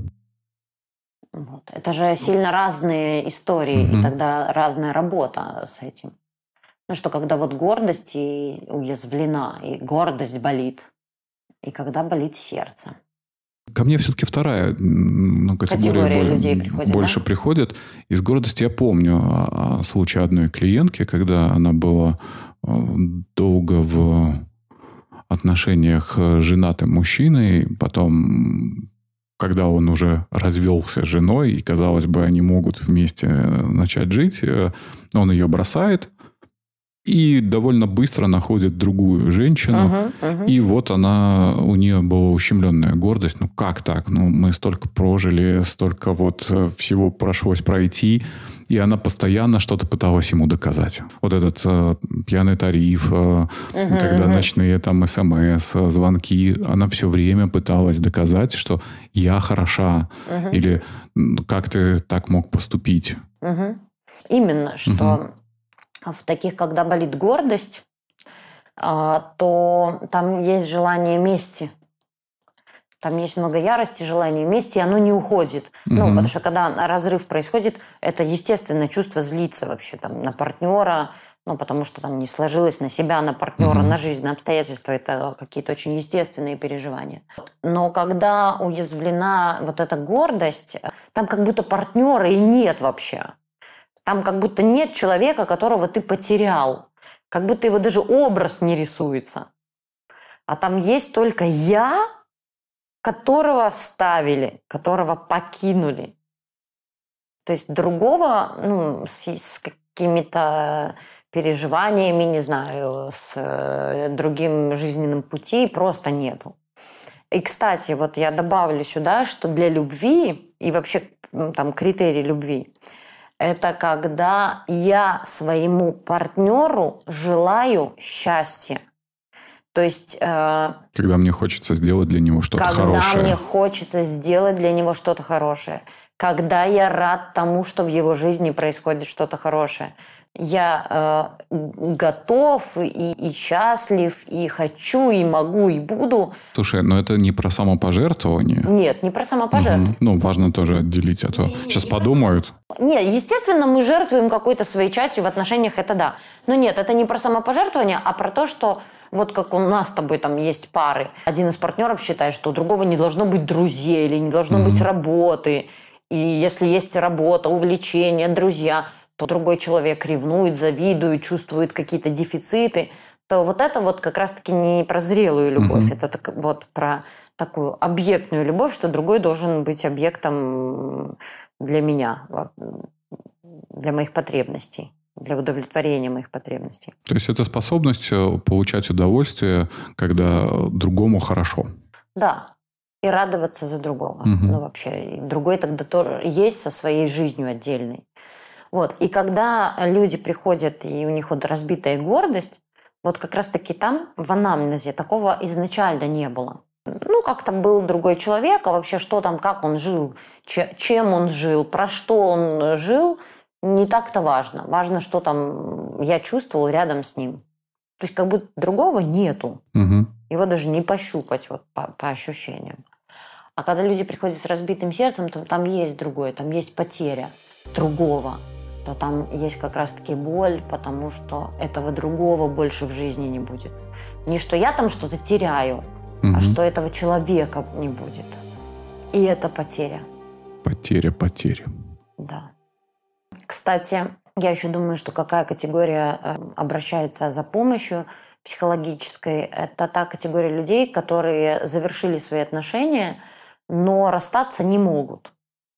Вот. Это же сильно разные истории, угу. и тогда разная работа с этим. Ну что, когда вот гордость и уязвлена, и гордость болит, и когда болит сердце. Ко мне все-таки вторая ну, категория, категория более, людей приходит, больше да? приходит. Из гордости я помню о, о случае одной клиентки, когда она была долго в отношениях с женатым мужчиной, потом... Когда он уже развелся с женой, и, казалось бы, они могут вместе начать жить, он ее бросает и довольно быстро находит другую женщину. Uh-huh, uh-huh. И вот она, у нее была ущемленная гордость. Ну, как так? Ну, мы столько прожили, столько вот всего пришлось пройти. И она постоянно что-то пыталась ему доказать. Вот этот э, пьяный тариф, э, uh-huh, когда uh-huh. ночные там смс, звонки, она все время пыталась доказать, что я хороша. Uh-huh. Или как ты так мог поступить? Uh-huh. Именно, что uh-huh. в таких, когда болит гордость, э, то там есть желание мести. Там есть много ярости, желания мести, и оно не уходит. Угу. Ну, потому что когда разрыв происходит, это естественное чувство злиться вообще там, на партнера, ну, потому что там не сложилось на себя, на партнера, угу. на жизнь, на обстоятельства. Это какие-то очень естественные переживания. Но когда уязвлена вот эта гордость, там как будто партнера и нет вообще. Там как будто нет человека, которого ты потерял. Как будто его даже образ не рисуется. А там есть только «я», которого оставили, которого покинули. То есть другого, ну, с, с какими-то переживаниями, не знаю, с э, другим жизненным путем просто нету. И, кстати, вот я добавлю сюда, что для любви и вообще там критерий любви – это когда я своему партнеру желаю счастья. То есть… Э, когда мне хочется сделать для него что-то когда хорошее. Когда мне хочется сделать для него что-то хорошее. Когда я рад тому, что в его жизни происходит что-то хорошее. Я э, готов и, и счастлив, и хочу, и могу, и буду. Слушай, но это не про самопожертвование? Нет, не про самопожертвование. Угу. Ну, важно тоже отделить, а то и, сейчас и подумают. Нет, естественно, мы жертвуем какой-то своей частью в отношениях, это да. Но нет, это не про самопожертвование, а про то, что вот как у нас с тобой там есть пары. Один из партнеров считает, что у другого не должно быть друзей или не должно угу. быть работы. И если есть работа, увлечения, друзья, то другой человек ревнует, завидует, чувствует какие-то дефициты, то вот это вот как раз-таки не про зрелую любовь, mm-hmm. это так, вот про такую объектную любовь, что другой должен быть объектом для меня, для моих потребностей, для удовлетворения моих потребностей. То есть это способность получать удовольствие, когда другому хорошо. Да. И радоваться за другого. Mm-hmm. Ну, вообще, другой тогда тоже есть со своей жизнью отдельной. Вот. И когда люди приходят, и у них вот разбитая гордость, вот как раз-таки там, в анамнезе, такого изначально не было. Ну, как-то был другой человек, а вообще что там, как он жил, чем он жил, про что он жил, не так-то важно. Важно, что там я чувствовал рядом с ним. То есть как будто другого нету. Угу. Его даже не пощупать вот, по, по ощущениям. А когда люди приходят с разбитым сердцем, то там есть другое, там есть потеря другого. То там есть как раз-таки боль, потому что этого другого больше в жизни не будет. Не что я там что-то теряю, угу. а что этого человека не будет. И это потеря. Потеря, потеря. Да. Кстати, я еще думаю, что какая категория обращается за помощью психологической, это та категория людей, которые завершили свои отношения, но расстаться не могут.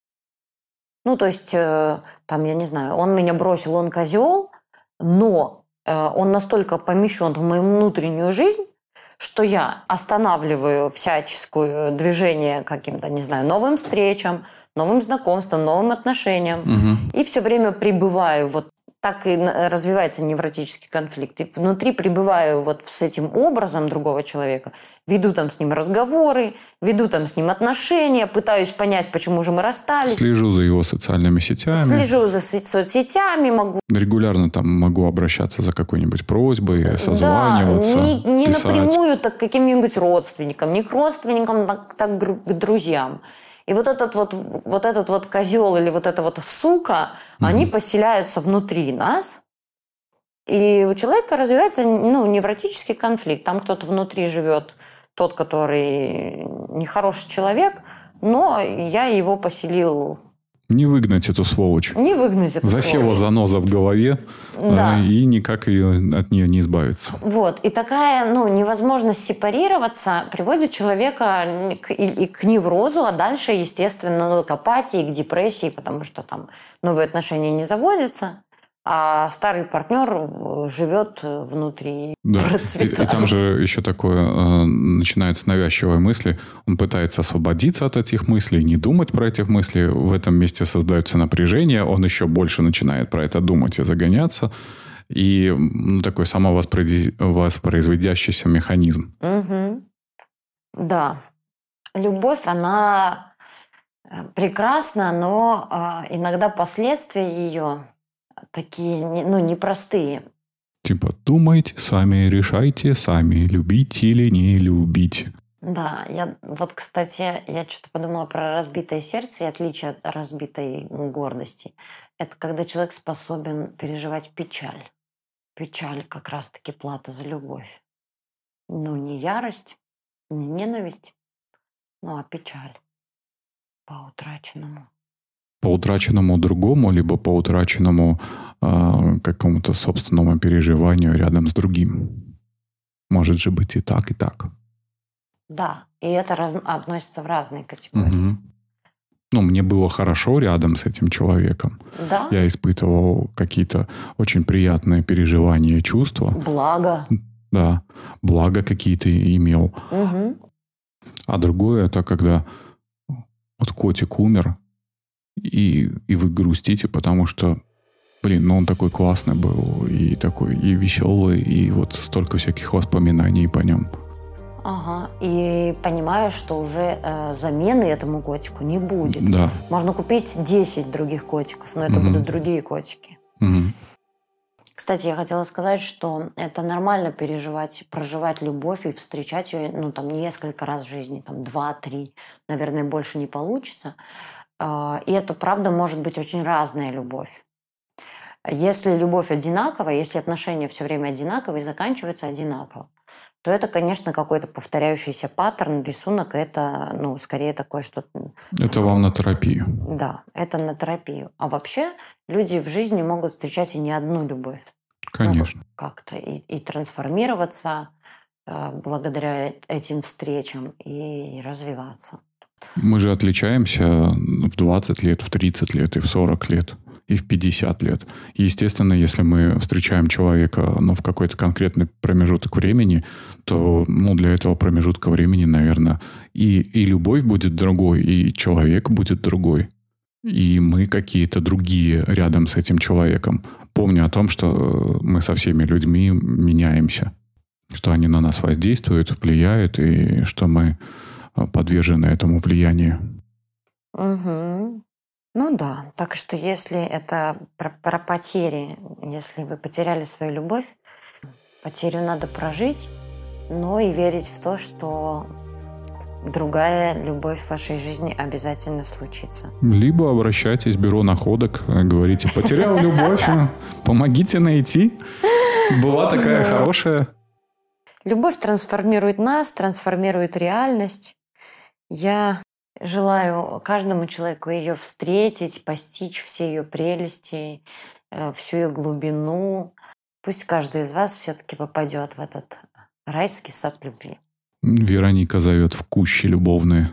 Ну, то есть, там, я не знаю, он меня бросил, он козел, но он настолько помещен в мою внутреннюю жизнь, что я останавливаю всяческое движение каким-то, не знаю, новым встречам, новым знакомствам, новым отношениям. Угу. И все время пребываю вот так и развивается невротический конфликт. И внутри пребываю вот с этим образом другого человека, веду там с ним разговоры, веду там с ним отношения, пытаюсь понять, почему же мы расстались. Слежу за его социальными сетями. Слежу за соцсетями, могу. Регулярно там могу обращаться за какой-нибудь просьбой, созваниваться, да, не, не писать. Напрямую, так к каким-нибудь родственникам, не к родственникам, так, так к друзьям. И вот этот вот, вот этот вот козел или вот эта вот сука, угу. они поселяются внутри нас. И у человека развивается ну, невротический конфликт. Там кто-то внутри живет, тот, который нехороший человек, но я его поселил... Не выгнать эту сволочь. Не выгнать эту Засела сволочь. заноза в голове, да. Да, и никак ее, от нее не избавиться. Вот. И такая ну, невозможность сепарироваться приводит человека к, и, и к неврозу, а дальше, естественно, ну, к апатии, к депрессии, потому что там новые отношения не заводятся, а старый партнер живет внутри. Да. И, и там же еще такое э, начинается навязчивая мысль. Он пытается освободиться от этих мыслей, не думать про этих мыслей. В этом месте создается напряжение. Он еще больше начинает про это думать и загоняться. И ну, такой самовоспроизводящийся механизм. Угу. Да. Любовь, она прекрасна, но э, иногда последствия ее... такие, ну, непростые. Типа, думайте сами, решайте сами, любить или не любить. Да, я вот, кстати, я что-то подумала про разбитое сердце и отличие от разбитой гордости. Это когда человек способен переживать печаль. Печаль как раз-таки плата за любовь. Ну, не ярость, не ненависть, ну, а печаль по утраченному. По утраченному другому, либо по утраченному э, какому-то собственному переживанию рядом с другим. Может же быть и так, и так. Да, и это раз... относится в разные категории. Угу. ну, мне было хорошо рядом с этим человеком. Да? Я испытывал какие-то очень приятные переживания и чувства. Благо. Да, благо какие-то имел. Угу. А другое, это когда вот котик умер, и, и вы грустите, потому что, блин, ну он такой классный был, и такой, и веселый, и вот столько всяких воспоминаний по нем. Ага, и понимаешь, что уже э, замены этому котику не будет. Да. Можно купить десять других котиков, но это Угу. будут другие котики. Угу. Кстати, я хотела сказать, что это нормально переживать, проживать любовь и встречать ее, ну, там, несколько раз в жизни, там, два-три, наверное, больше не получится. И это, правда, может быть очень разная любовь. Если любовь одинаковая, если отношения все время одинаковые и заканчиваются одинаково, то это, конечно, какой-то повторяющийся паттерн, рисунок, это, ну, скорее такое что-то... Это вам на терапию. Да, это на терапию. А вообще люди в жизни могут встречать и не одну любовь. Конечно. Могут как-то и, и трансформироваться э, благодаря этим встречам и развиваться. Мы же отличаемся в двадцать лет, в тридцать лет, и в сорок лет, и в пятьдесят лет. Естественно, если мы встречаем человека, ну, в какой-то конкретный промежуток времени, то, ну, для этого промежутка времени, наверное, и, и любовь будет другой, и человек будет другой. И мы какие-то другие рядом с этим человеком. Помню о том, что мы со всеми людьми меняемся, что они на нас воздействуют, влияют, и что мы подвержены этому влиянию. Угу. Ну да, так что если это про, про потери, если вы потеряли свою любовь, потерю надо прожить, но и верить в то, что другая любовь в вашей жизни обязательно случится. Либо обращайтесь в бюро находок, говорите, потерял любовь, помогите найти. Была такая хорошая. Любовь трансформирует нас, трансформирует реальность. Я желаю каждому человеку ее встретить, постичь все ее прелести, всю ее глубину. Пусть каждый из вас все-таки попадет в этот райский сад любви. Вероника зовет в кущи любовные.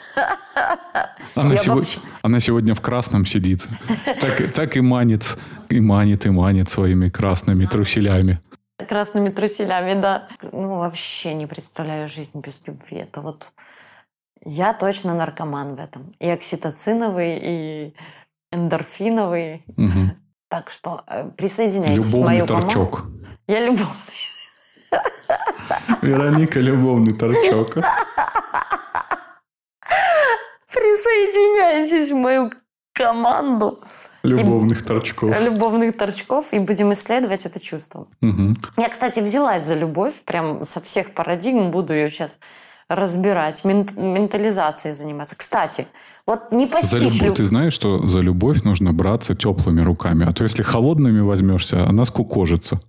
Она, сего... вообще... Она сегодня в красном сидит. Так, так и манит, и манит, и манит своими красными труселями. Красными труселями, да. Ну, вообще не представляю жизнь без любви. Это вот... Я точно наркоман в этом. И окситоциновый, и эндорфиновый. Угу. Так что присоединяйтесь любовный в мою торчок. команду. Я любовный. Вероника любовный торчок. Присоединяйтесь в мою команду. Любовных и... торчков. Любовных торчков. И будем исследовать это чувство. Угу. Я, кстати, взялась за любовь. Прям со всех парадигм буду ее сейчас... разбирать, ментализацией заниматься. Кстати, вот не постичь... За любовь, ты знаешь, что за любовь нужно браться теплыми руками, а то если холодными возьмешься, она скукожится.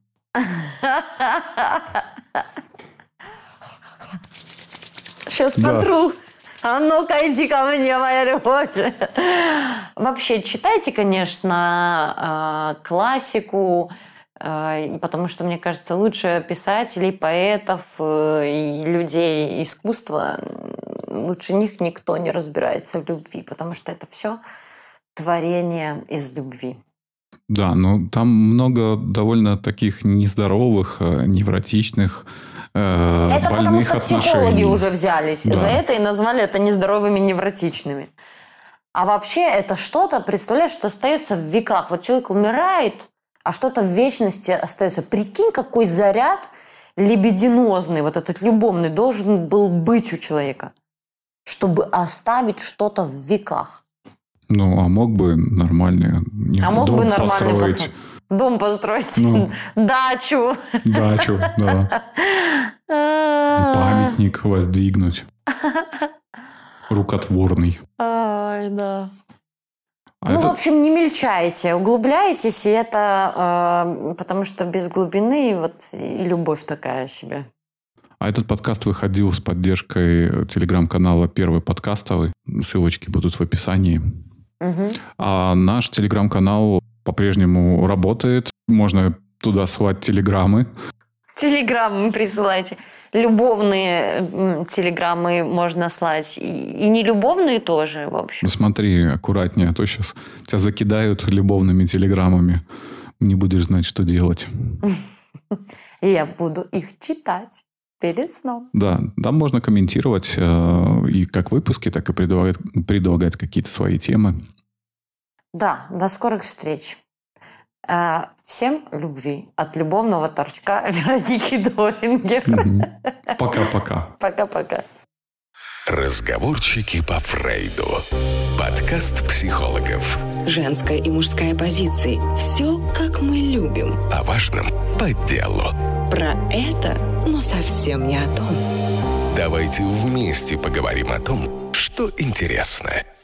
Сейчас потру. А ну-ка, иди ко мне, моя любовь. Вообще, читайте, конечно, классику, потому что, мне кажется, лучше писателей, поэтов и людей искусства, лучше них никто не разбирается в любви, потому что это все творение из любви. Да, но там много довольно таких нездоровых, невротичных, э, это больных потому что отношений. Психологи уже взялись да. за это и назвали это нездоровыми, невротичными. А вообще это что-то, представляешь, что остается в веках. Вот человек умирает, а что-то в вечности остается. Прикинь, какой заряд либидинозный, вот этот любовный, должен был быть у человека, чтобы оставить что-то в веках. Ну, а мог бы нормальный а мог дом бы нормальный построить. Пацан. Дом построить, ну, дачу. Дачу, да. Памятник воздвигнуть. Рукотворный. Ай, да. А ну, это... в общем, не мельчайте, углубляйтесь, и это э, потому что без глубины вот и любовь такая себе. А этот подкаст выходил с поддержкой телеграм-канала «Первый подкастовый». Ссылочки будут в описании. Угу. А наш телеграм-канал по-прежнему работает. Можно туда слать телеграммы. Телеграммы присылайте. Любовные телеграммы можно слать. И нелюбовные тоже, в общем. Ну, смотри, аккуратнее, а то сейчас тебя закидают любовными телеграммами. Не будешь знать, что делать. И я буду их читать перед сном. Да, там можно комментировать э, и как выпуски, так и предлагать, предлагать какие-то свои темы. Да, до скорых встреч. Всем любви от любовного торчка Вероники Долингер. Пока-пока. Пока-пока. Разговорчики по Фрейду. Подкаст психологов. Женская и мужская позиции. Все, как мы любим. О важном по делу. Про это, но совсем не о том. Давайте вместе поговорим о том, что интересно.